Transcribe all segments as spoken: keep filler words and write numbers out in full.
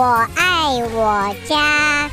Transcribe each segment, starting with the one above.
爱我家。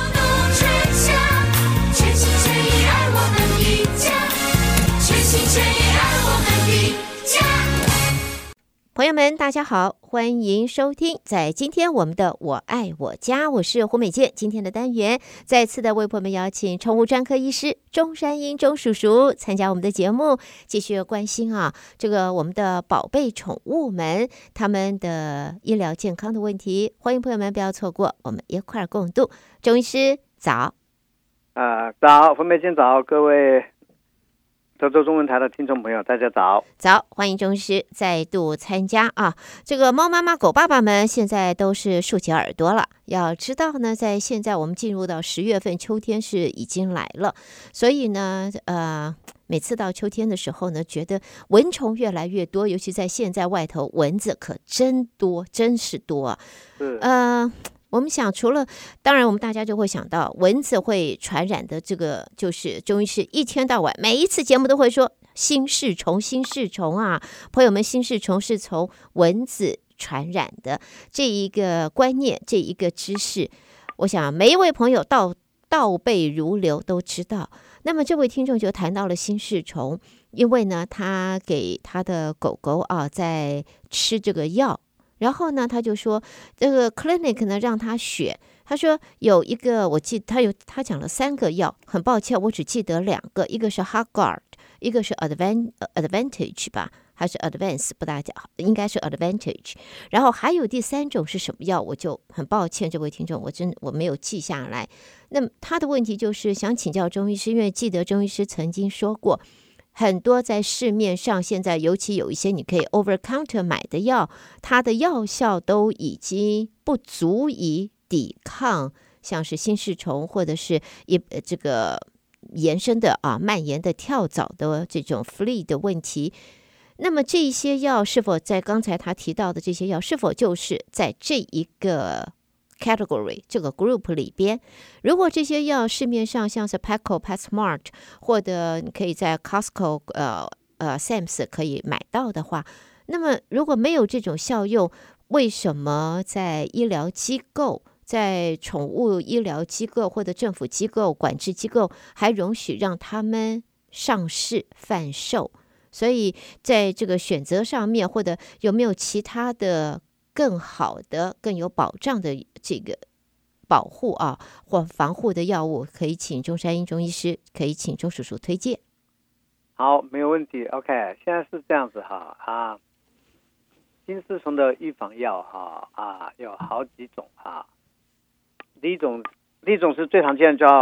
全心全意爱我们的家，全心全意爱我们的家。朋友们大家好，欢迎收听在今天我们的我爱我家，我是胡美健。今天的单元再次的为朋友们邀请宠物专科医师钟山英钟叔叔参加我们的节目，继续关心啊这个我们的宝贝宠物们他们的医疗健康的问题，欢迎朋友们不要错过，我们一块共度。钟医师早。 呃，早，胡美健早，各位德州中文台的听众朋友，大家早。 早，欢迎钟医师再度参加啊！这个猫妈妈、狗爸爸们现在都是竖起耳朵了。要知道呢，在现在我们进入到十月份，秋天是已经来了，所以呢，呃，每次到秋天的时候呢，觉得蚊虫越来越多，尤其在现在外头蚊子可真多，真是多啊。 是， 呃。我们想除了当然我们大家就会想到蚊子会传染的，这个就是中医师一天到晚每一次节目都会说新氏虫新氏虫啊，朋友们，新氏虫是从蚊子传染的这一个观念，这一个知识，我想每一位朋友倒倒背如流都知道。那么这位听众就谈到了新氏虫，因为呢他给他的狗狗啊在吃这个药，然后呢，他就说这个 clinic 呢让他选，他说有一个我记得他有他讲了三个药，很抱歉我只记得两个，一个是 Heartgard， 一个是 Advan Advantage 吧，还是 Advance 不大讲，应该是 Advantage， 然后还有第三种是什么药，我就很抱歉这位听众，我真我没有记下来。那么他的问题就是想请教钟医师，因为记得钟医师曾经说过，很多在市面上现在尤其有一些你可以 over counter 买的药，它的药效都已经不足以抵抗像是新氏虫或者是一这个延伸的啊蔓延的跳蚤的这种 flea 的问题。那么这些药是否在刚才他提到的这些药是否就是在这一个category 这个 group 里边，如果这些药市面上像是 Petco、PetSmart 或者你可以在 Costco 呃呃 Sam's 可以买到的话，那么如果没有这种效用，为什么在医疗机构、在宠物医疗机构或者政府机构、管制机构还容许让他们上市贩售？所以在这个选择上面，或者有没有其他的更好的、更有保障的这个保护啊或防护的药物，可以请钟山英钟医师，可以请钟叔叔推荐。 好，没有问题。OK， 现在是这样子哈啊，新氏虫的预防药哈啊有好几种哈。第一种，第一种是最常见的叫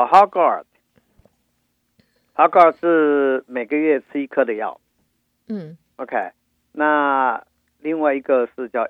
Heartgard，Heartgard 是每个月吃一颗的药。 嗯 ，OK， 那另外一个是叫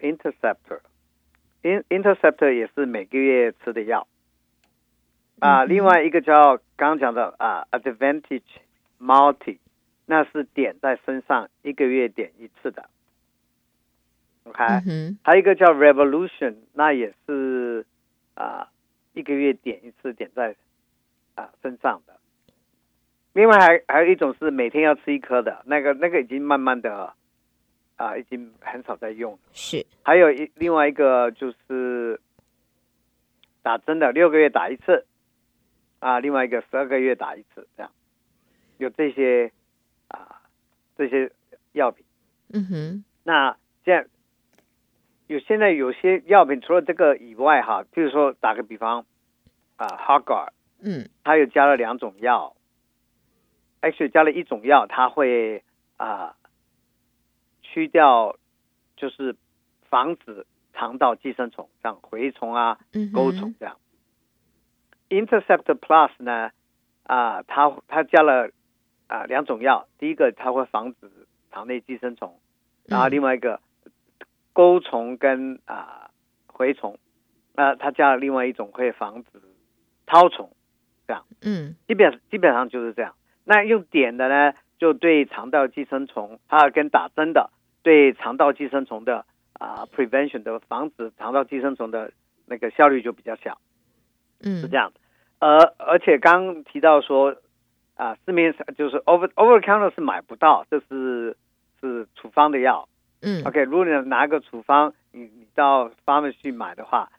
Interceptor，Interceptor 也是每个月吃的药。啊、呃嗯，另外一个叫刚刚讲的啊、呃、Advantage Multi， 那是点在身上一个月点一次的。OK，、嗯、还有一个叫 Revolution， 那也是啊、呃、一个月点一次，点在啊、呃、身上的。另外还还有一种是每天要吃一颗的，那个那个已经慢慢的啊、呃、已经很少在用了。 是。 还有一另外一个就是打针的，六个月打一次啊，另外一个十二个月打一次，这样有这些啊这些药品。 嗯哼。 那现在有现在有些药品除了这个以外哈，譬如说打个比方啊 Heartgard， 嗯， 它有加了两种药。actually 加了一种药，它会啊、呃、去掉，就是防止肠道寄生虫，像蛔虫啊、钩虫这样。嗯、Intercept Plus 呢，啊、呃，它它加了啊、呃、两种药，第一个它会防止肠内寄生虫，然后另外一个钩虫跟啊、呃、蛔虫，那、呃、它加了另外一种会防止绦虫，这样。嗯，基本基本上就是这样。那用点的呢，就对肠道寄生虫，它跟打针的对肠道寄生虫的啊、呃、prevention 的防止肠道寄生虫的那个效率就比较小，嗯，是这样的。呃，而且刚提到说啊、呃，市面上就是 over over counter 是买不到，这是是处方的药，嗯 ，OK， 如果你拿个处方，你你到 pharmacy 买的话，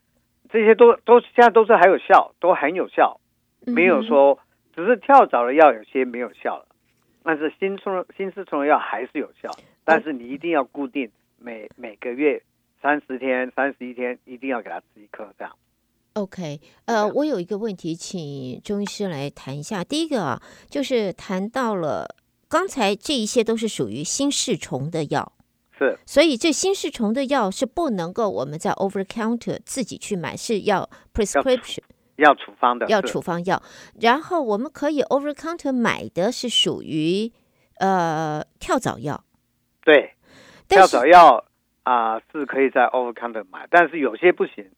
这些都都现在都是还有效，都很有效，没有说只是跳蚤的药有些没有效了，但是新虫新丝虫的药还是有效，但是你一定要固定每每个月三十天、三十一天，一定要给他吃一颗这样。 OK， 呃，我有一个问题，请中医师来谈一下。第一个啊，就是谈到了刚才这一些都是属于新氏虫的药， 是， 所以这新氏虫的药是不能够我们在 over counter 自己去买，是要 prescription 要处方的， 要处方药。然后我们可以 over counter 买的是属于呃跳蚤药， 对，跳蚤药啊、呃、是可以在 over counter 买，但是有些不行。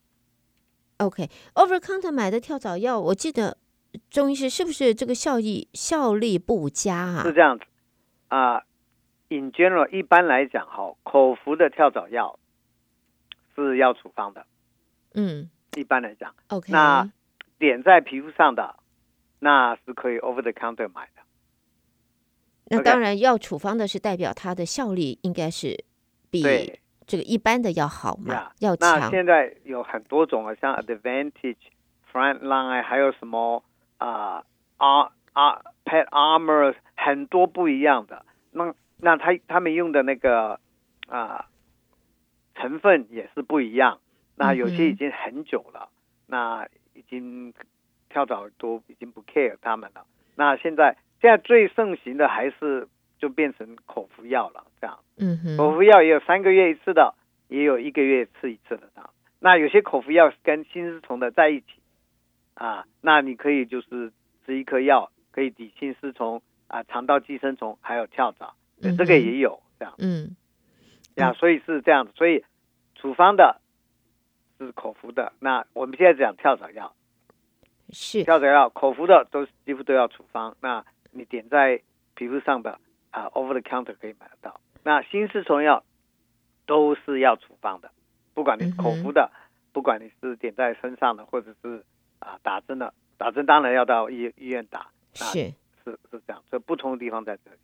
OK，over counter 买的跳蚤药，我记得中医师是不是这个效力效力不佳啊？ 是这样子啊、呃、，in general 一般来讲哈，口服的跳蚤药是要处方的， 嗯， 一般来讲 ，OK， 那点在皮肤上的那是可以 over the counter 买的。 那当然要处方的是代表它的效力应该是比这个一般的要好嘛， yeah, 要强。 那现在有很多种啊，像 Advantage、Frontline， 还有什么啊啊啊 Pet Armor， 很多不一样的。那那他他们用的那个啊成分也是不一样。那有些已经很久了，嗯、那已经跳蚤都已经不 care 他们了。那现在现在最盛行的还是就变成口服药了，这样。 嗯哼， 口服药也有三个月一次的，也有一个月吃一次的。那有些口服药跟新丝虫的在一起啊，那你可以就是吃一颗药，可以抵新丝虫啊、肠道寄生虫还有跳蚤，嗯、这个也有这样。 嗯， 呀，所以是这样子，所以处方的是口服的。那我们现在讲跳蚤药， 是跳蚤药口服的都是几乎都要处方。那你点在皮肤上的啊、呃、，over the counter 可以买得到。那新丝虫药都是要处方的，不管你是口服的，嗯、不管你是点在身上的，或者是啊、呃、打针的，打针当然要到医医院打。 是是是这样，所以不同的地方在这里。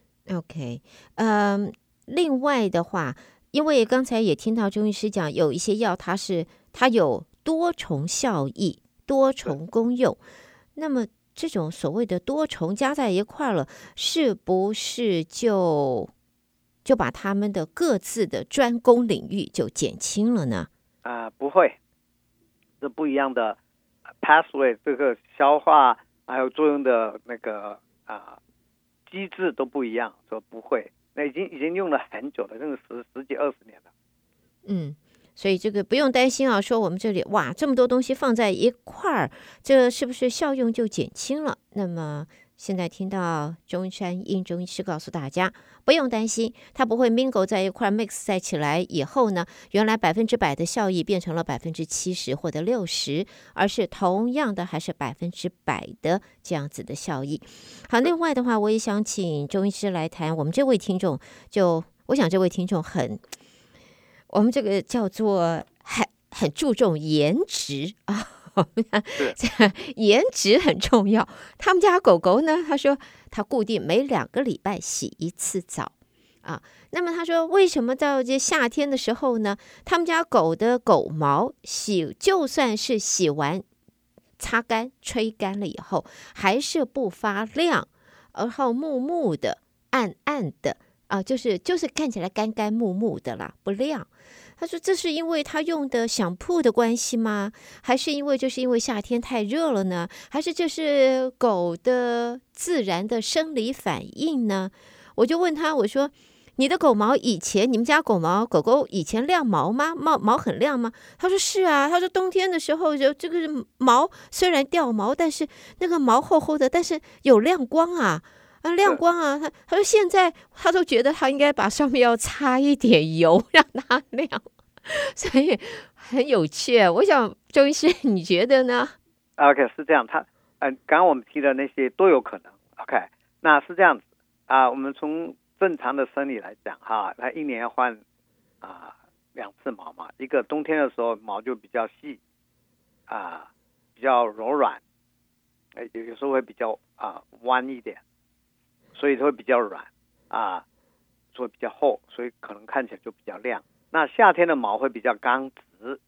OK， 嗯，另外的话，因为刚才也听到中医师讲，有一些药它是它有多重效益、多重功用，那么这种所谓的多重加在一块了，是不是就就把他们的各自的专攻领域就减轻了呢？ 啊、呃，不会，是不一样的 pathway， 这个消化还有作用的那个啊、呃、机制都不一样，说不会。那已经已经用了很久了，用了十十几二十年了。 嗯。所以这个不用担心啊，说我们这里哇这么多东西放在一块儿，这是不是效用就减轻了？那么现在听到中山英中医师告诉大家，不用担心，它不会 mingle 在一块 mix 在起来以后呢，原来百分之百的效益变成了百分之七十或者六十，而是同样的还是百分之百的这样子的效益。好，另外的话，我也想请中医师来谈，我们这位听众就，我想这位听众很。我们这个叫做很很注重颜值啊，颜值很重要。他们家狗狗呢，他说他固定每两个礼拜洗一次澡啊。那么他说，为什么到这夏天的时候呢，他们家狗的狗毛洗，就算是洗完、擦干、吹干了以后，还是不发亮，然后木木的、暗暗的。啊，就是就是看起来干干木木的啦，不亮。他说这是因为他用的香铺的关系吗？还是因为就是因为夏天太热了呢？还是这是狗的自然的生理反应呢？我就问他，我说你的狗毛以前你们家狗毛狗狗以前亮毛吗？毛毛很亮吗？他说是啊，他说冬天的时候就这个毛虽然掉毛，但是那个毛厚厚的，但是有亮光啊。啊，亮光啊！他他说现在他都觉得他应该把上面要擦一点油让它亮，所以很有趣。我想周医师你觉得呢 ？OK， 是这样，他呃，刚刚我们提的那些都有可能。OK， 那是这样子啊、呃，我们从正常的生理来讲哈，他一年要换啊两、呃、次毛嘛，一个冬天的时候毛就比较细啊、呃，比较柔软，呃，有有时候会比较啊、呃、弯一点。所以它会比较软啊，所以比较厚，所以可能看起来就比较亮。那夏天的毛会比较刚直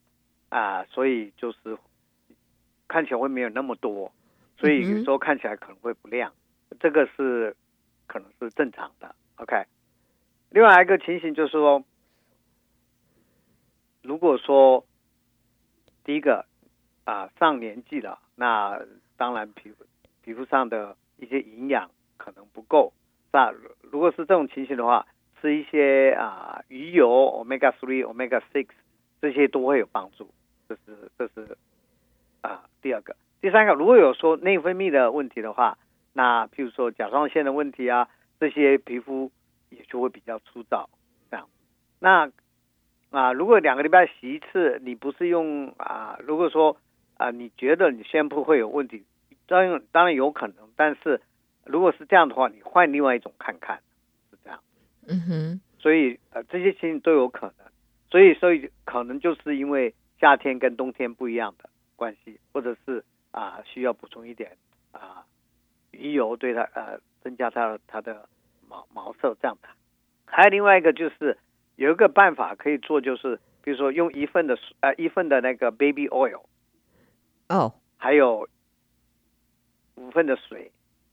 啊、所以就是看起来会没有那么多，所以有时候看起来可能会不亮，嗯、这个是可能是正常的。OK， 另外一个情形就是说，如果说第一个啊、上年纪了，那当然皮肤皮肤上的一些营养可能不够。那如果是这种情形的话，吃一些啊、鱼油 omega 三 omega 六这些都会有帮助。这是这是啊、第二个。第三个，如果有说内分泌的问题的话，那譬如说甲状腺的问题啊，这些皮肤也就会比较粗糙。这样，那啊，如果两个礼拜洗一次，你不是用啊，如果说啊，你觉得你宣布会有问题，当然当然有可能，但是如果是这样的话，你换另外一种看看，是这样。 嗯哼， 所以呃这些情形都有可能，所以所以可能就是因为夏天跟冬天不一样的关系，或者是啊需要补充一点啊鱼油对它呃增加它它的毛毛色这样的。还有另外一个就是有一个办法可以做，就是比如说用一份的呃一份的那个 baby oil， 哦， 还有五份的水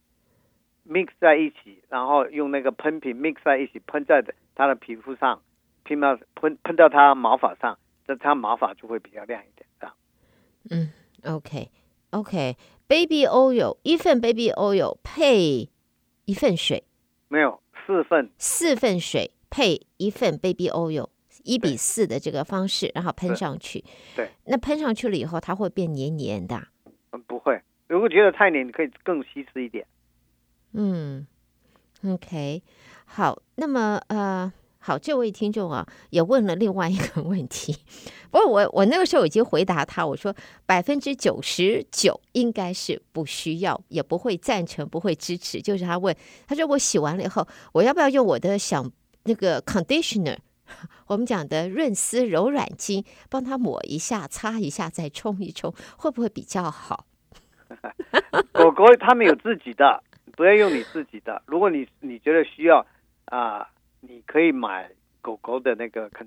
mix 在一起，然后用那个喷瓶 mix 在一起喷在它的皮肤上，喷到喷喷到它毛发上，这它毛发就会比较亮一点。这样。 嗯 ，OK OK，baby oil 一份 baby oil 配一份水， 没有四份， 四份水配一份 baby oil，一比四的这个方式，然后喷上去。 对， 那喷上去了以后，它会变黏黏的啊。 嗯，不会。如果觉得太黏，你可以更稀释一点。 嗯 ，OK， 好，那么呃，好，这位听众啊，也问了另外一个问题，不过我我那个时候已经回答他，我说百分之九十九应该是不需要，也不会赞成，不会支持。就是他问，他说我洗完了以后，我要不要用我的想那个 conditioner， 我们讲的润丝柔软巾，帮他抹一下、擦一下，再冲一冲，会不会比较好？ 狗狗它们有自己的，不要用你自己的。如果你你觉得需要啊、呃，你可以买狗狗的那个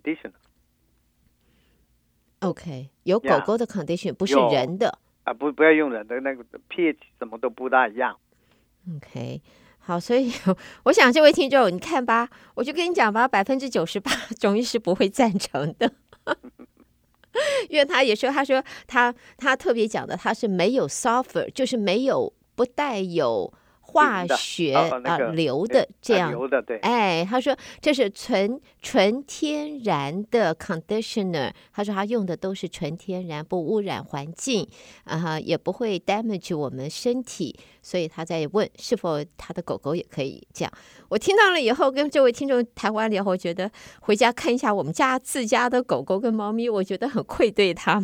conditioner。OK， 有狗狗的 conditioner， 不是人的啊、呃，不不要用人的那个 pH 什么都不大一样。 OK， 好，所以我想这位听众，你看吧，我就跟你讲吧，百分之九十八中医是不会赞成的。因为他也说，他说他他特别讲的，他是没有 sulfur， 就是没有不带有化学啊、 哦那个、 硫的这样， 硫的对， 哎，他说这是纯纯天然的 conditioner， 他说他用的都是纯天然，不污染环境啊，也不会 damage 我们身体，所以他在问是否他的狗狗也可以这样。我听到了以后，跟这位听众谈完了以后，我觉得回家看一下我们家自家的狗狗跟猫咪，我觉得很愧对他们。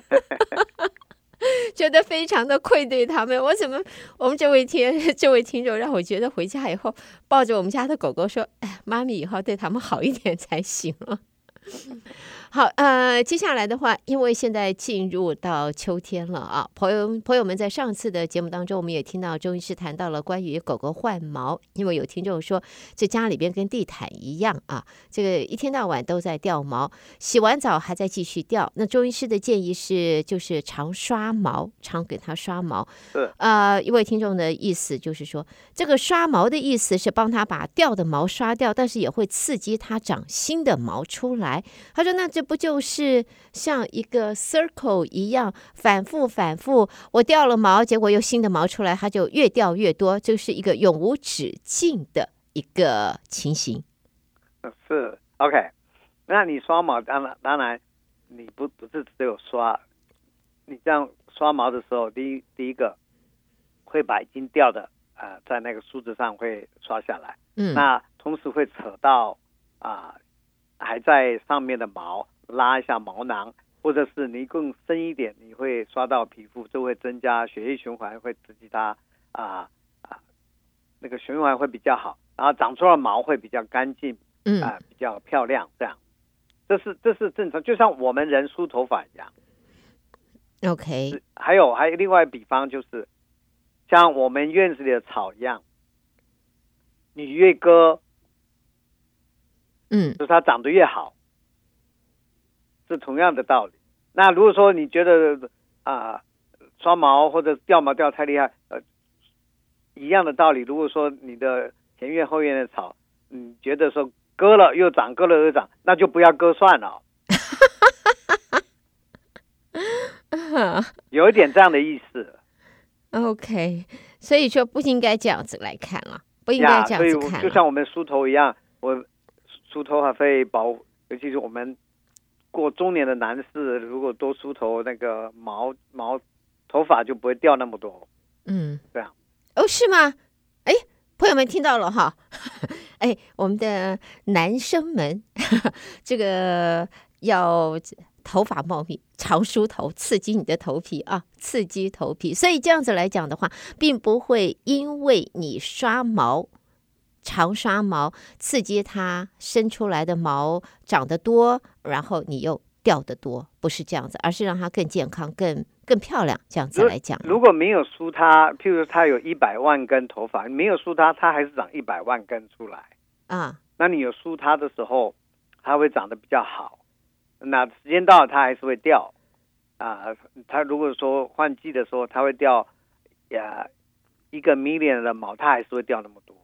觉得非常的愧对他们，我怎么我们这位听这位听众让我觉得回家以后抱着我们家的狗狗说，哎，妈咪以后对他们好一点才行了。好，呃，接下来的话，因为现在进入到秋天了啊，朋友朋友们在上次的节目当中，我们也听到周医师谈到了关于狗狗换毛，因为有听众说这家里边跟地毯一样啊，这个一天到晚都在掉毛，洗完澡还在继续掉。那周医师的建议是，就是常刷毛，常给它刷毛。 是， 呃，一位听众的意思就是说，这个刷毛的意思是帮他把掉的毛刷掉，但是也会刺激它长新的毛出来。他说，那这不就是像一个 circle 一样，反复反复，我掉了毛，结果又新的毛出来，它就越掉越多，这是一个永无止境的一个情形。 是 OK， 那你刷毛当然当然你不不是只有刷，你这样刷毛的时候，第一第一个会把已经掉的呃在那个梳子上会刷下来， 嗯， 那同时会扯到啊、呃、还在上面的毛，拉一下毛囊，或者是你更深一点，你会刷到皮肤，就会增加血液循环，会刺激它啊啊那个循环会比较好，然后长出来毛会比较干净， 嗯啊、呃、比较漂亮，这样，这是这是正常，就像我们人梳头发一样。 OK， 还有还有另外比方就是，像我们院子里的草一样，你越割， 嗯， 就是它长得越好，是同样的道理。 那如果说你觉得啊、呃、刷毛或者掉毛掉太厉害，呃，一样的道理。如果说你的前院后院的草，你觉得说割了又长，割了又长，那就不要割算了。有一点这样的意思。 OK， 所以说不应该这样子来看了，不应该这样子看了。 所以就像我们梳头一样，我梳头还会保，尤其是我们过中年的男士，如果多梳头，那个毛毛头发就不会掉那么多。 嗯， 这样。 哦，是吗？哎，朋友们听到了哈，哎，我们的男生们，这个要头发茂密，常梳头，刺激你的头皮啊，刺激头皮。所以这样子来讲的话，并不会因为你刷毛、常刷毛，刺激它生出来的毛长得多，然后你又掉得多，不是这样子，而是让它更健康、更更漂亮。这样子来讲， 如果没有梳它，譬如它有一百万根头发，没有梳它，它还是长一百万根出来啊。 那你有梳它的时候，它会长得比较好。那时间到了，它还是会掉啊。它如果说换季的时候，它会掉呀一个 million 的毛，它还是会掉那么多。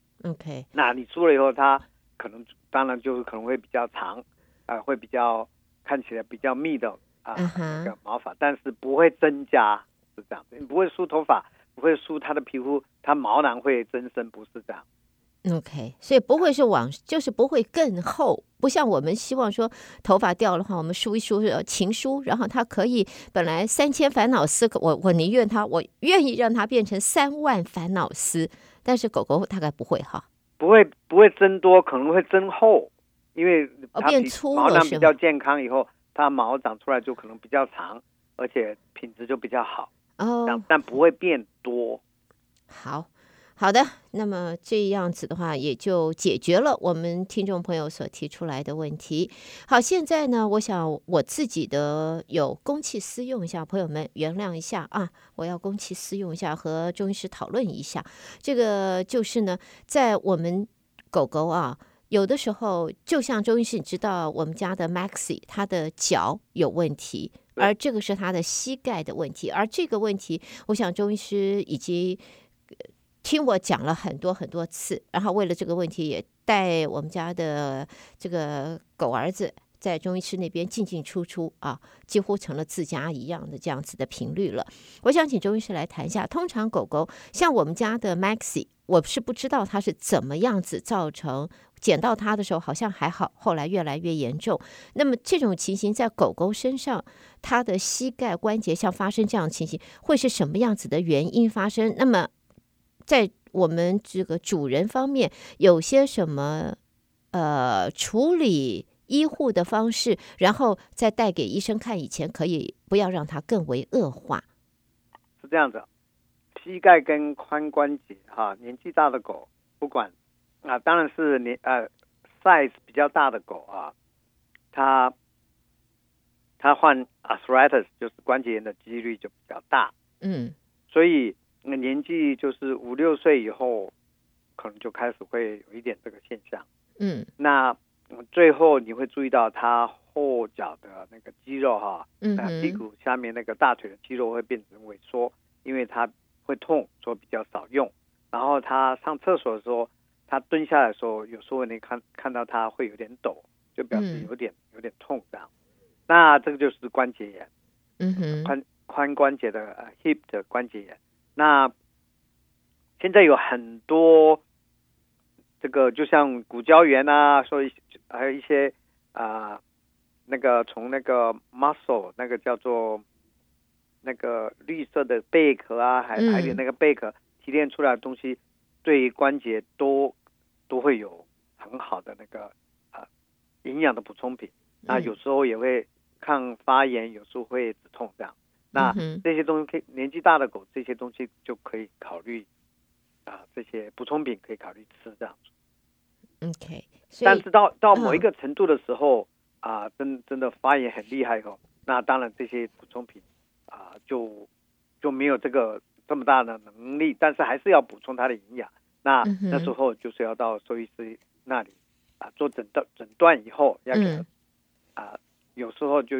OK， 那你梳了以后，它可能当然就是可能会比较长啊、呃，会比较看起来比较密的啊、呃 uh-huh. 那个毛发，但是不会增加，是这样子。你不会梳头发，不会梳它的皮肤，它毛囊会增生，不是这样。 OK， 所以不会是往，就是不会更厚，不像我们希望说头发掉的话，我们梳一梳，呃，勤梳，然后它可以本来三千烦恼丝，我我宁愿它，我愿意让它变成三万烦恼丝，但是狗狗大概不会哈， 不会不会增多，可能会增厚，因为它变粗了， 毛囊比较健康以后，它毛长出来就可能比较长，而且品质就比较好哦， 但不会变多。 好。好的，那么这样子的话，也就解决了我们听众朋友所提出来的问题。好，现在呢，我想我自己的有公器私用一下，朋友们原谅一下啊，我要公器私用一下，和中医师讨论一下。这个就是呢，在我们狗狗啊，有的时候就像中医师，你知道我们家的 Maxi， 它的脚有问题。而这个是它的膝盖的问题，而这个问题，我想中医师已经听我讲了很多很多次，然后为了这个问题，也带我们家的这个狗儿子在中医师那边进进出出啊，几乎成了自家一样的这样子的频率了。我想请中医师来谈一下，通常狗狗像我们家的 Maxi， 我是不知道它是怎么样子造成，捡到它的时候好像还好，后来越来越严重。那么这种情形在狗狗身上，它的膝盖关节像发生这样的情形，会是什么样子的原因发生？那么在我们这个主人方面，有些什么呃处理医护的方式，然后再带给医生看以前，可以不要让它更为恶化。 是这样子，膝盖跟髋关节哈、啊，年纪大的狗不管啊，当然是年呃 size 比较大的狗啊，它它患 arthritis 就是关节炎的几率就比较大。 嗯， 所以年纪就是五六岁以后，可能就开始会有一点这个现象。 嗯， 那最后你会注意到它后脚的那个肌肉哈， 嗯、 呃，屁股下面那个大腿的肌肉会变成萎缩，因为它会痛，所以比较少用。然后它上厕所的时候，它蹲下来的时候，有时候你看看到它会有点抖，就表示有点、嗯、有点痛这样。那这个就是关节炎， 嗯哼， 髋髋关节的、呃、hip 的关节炎。那现在有很多这个，就像骨胶原啊，所以还有一些啊、呃，那个从那个 muscle 那个叫做那个绿色的贝壳啊，还还有那个贝壳提炼出来的东西，对关节都都会有很好的那个啊营养的补充品。那有时候也会抗发炎，有时候会止痛这样。那这些东西可以，年纪大的狗这些东西就可以考虑啊，这些补充品可以考虑吃这样子。 OK， 但是到到某一个程度的时候、嗯、啊，真真的发炎很厉害以后，那当然这些补充品啊就就没有这个这么大的能力，但是还是要补充它的营养。那、嗯、那时候就是要到兽医师那里啊做诊断诊断以后，要给他、嗯、啊有时候就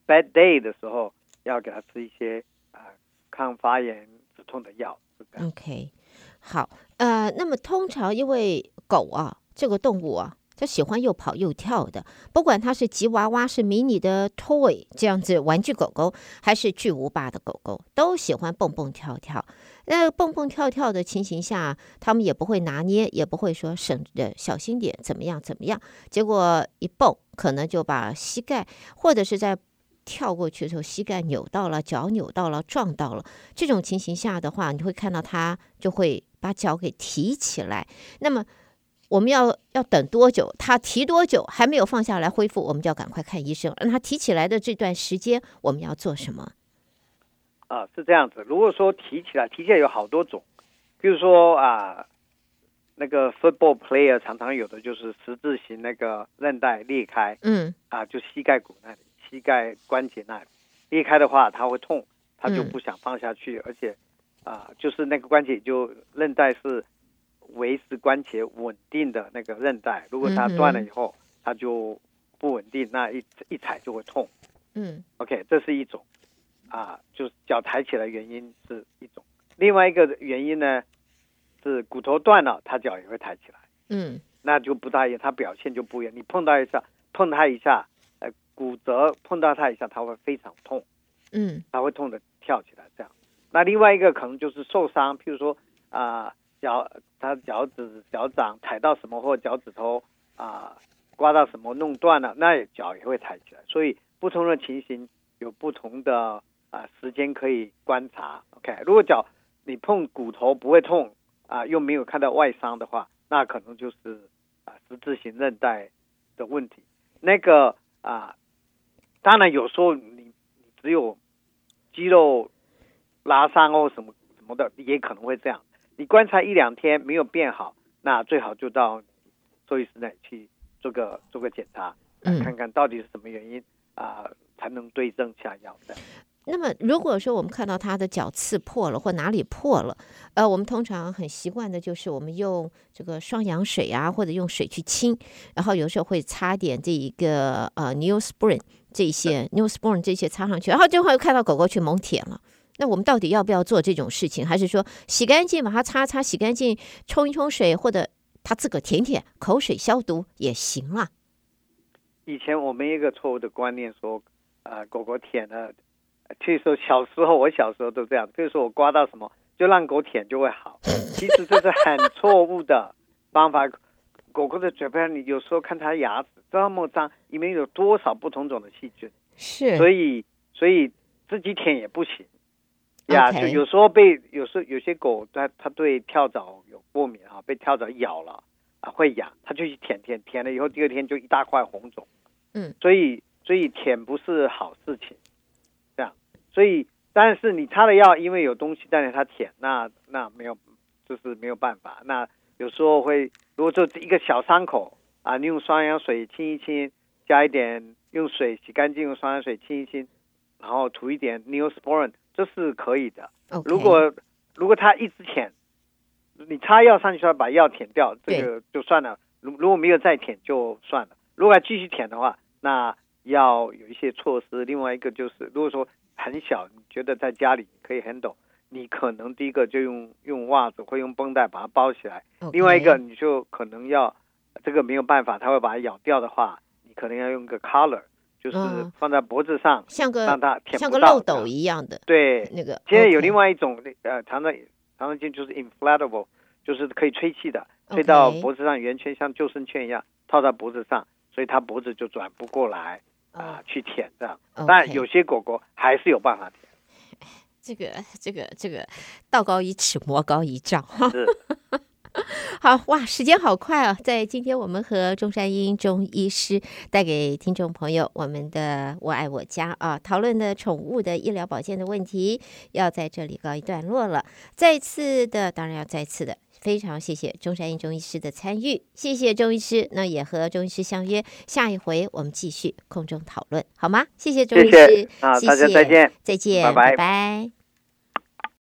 bad day 的时候，要给它吃一些啊、呃、抗发炎止痛的药。 OK， 好，呃，那么通常因为狗啊这个动物啊，它喜欢又跑又跳的，不管它是吉娃娃、是迷你的 toy 这样子玩具狗狗，还是巨无霸的狗狗，都喜欢蹦蹦跳跳。那蹦蹦跳跳的情形下，他们也不会拿捏，也不会说省着小心点，怎么样怎么样，结果一蹦，可能就把膝盖或者是在跳过去的时候，膝盖扭到了，脚扭到了，撞到了。这种情形下的话，你会看到他就会把脚给提起来。那么我们要要等多久？他提多久还没有放下来恢复，我们就要赶快看医生。让他提起来的这段时间，我们要做什么？ 啊，是这样子。如果说提起来，提起来有好多种，比如说啊，那个 football player 常常有的就是十字形那个韧带裂开， 嗯， 啊，就膝盖骨那里。膝盖关节那里裂开的话，他会痛，他就不想放下去，嗯、而且啊、呃，就是那个关节就韧带是维持关节稳定的那个韧带，如果它断了以后，嗯、它就不稳定，那一一踩就会痛。 嗯 ，OK， 这是一种啊，就是脚抬起来原因是一种，另外一个原因呢是骨头断了，他脚也会抬起来。 嗯， 那就不大一样，他表现就不一样。你碰到一下，碰他一下。骨折碰到他一下，他会非常痛， 嗯，他会痛的跳起来这样。那另外一个可能就是受伤，譬如说啊、呃，脚他脚趾脚掌踩到什么，或脚趾头啊、呃、刮到什么弄断了，那脚也会抬起来。所以不同的情形有不同的啊、呃、时间可以观察。OK， 如果脚你碰骨头不会痛啊、呃，又没有看到外伤的话，那可能就是啊、呃、十字形韧带的问题。那个啊。呃当然，有时候你你只有肌肉拉伤或什么什么的，也可能会这样。你观察一两天没有变好，那最好就到兽医师那里去做个做个检查，来看看到底是什么原因啊、呃，才能对症下药的。 那么，如果说我们看到他的脚刺破了或哪里破了，呃，我们通常很习惯的就是我们用这个双氧水啊，或者用水去清，然后有时候会擦点这一个呃 Neosporin 这些 Neosporin 这些擦上去，然后就会看到狗狗去猛舔了。那我们到底要不要做这种事情？还是说洗干净把它擦擦，洗干净冲一冲水，或者他自个舔舔，口水消毒也行啦？ 以前我们一个错误的观念说，呃，狗狗舔了。譬如说小时候，我小时候都这样。譬如说我刮到什么，就让狗舔就会好。其实这是很错误的方法。狗狗的嘴巴，你有时候看它牙齿这么脏，里面有多少不同种的细菌。 是。 所以，所以自己舔也不行。呀， okay. 就有时候被有时候有些狗它它对跳蚤有过敏啊，被跳蚤咬了啊会痒，它就去舔舔舔了以后，第二天就一大块红肿。 嗯。 所以所以舔不是好事情。所以，但是你擦了药，因为有东西在它舔，那那没有，就是没有办法。那有时候会，如果说一个小伤口啊，你用双氧水清一清，加一点用水洗干净，用双氧水清一清，然后涂一点 Neosporin， 这是可以的。 Okay. 如果如果它一直舔，你擦药上去要把药舔掉，这个就算了。如如果没有再舔就算了。如果继续舔的话，那要有一些措施。另外一个就是，如果说很小，你觉得在家里可以 handle， 你可能第一个就用用袜子或用绷带把它包起来。 Okay. 另外一个你就可能要这个没有办法，它会把它咬掉的话，你可能要用个 collar， 就是放在脖子上， 嗯、像个让它舔不到， 像个漏斗一样的。 对， 那个现在有另外一种、okay. 呃，常常常常见就是 inflatable， 就是可以吹气的，吹到脖子上圆圈，像救生圈一样套在脖子上，所以它脖子就转不过来。啊、呃，去舔这样，但有些狗狗还是有办法舔。 这个、这个、这个，道高一尺，魔高一丈。 是。 好哇，时间好快啊！在今天我们和中山英中医师带给听众朋友我们的我爱我家啊，讨论的宠物的医疗保健的问题，要在这里告一段落了。再次的，当然要再次的。非常谢谢中山英中医师的参与，谢谢中医师，那也和中医师相约下一回我们继续空中讨论，好吗？谢谢中医师， 谢谢啊，大家再见， 再见， 拜拜。 拜拜。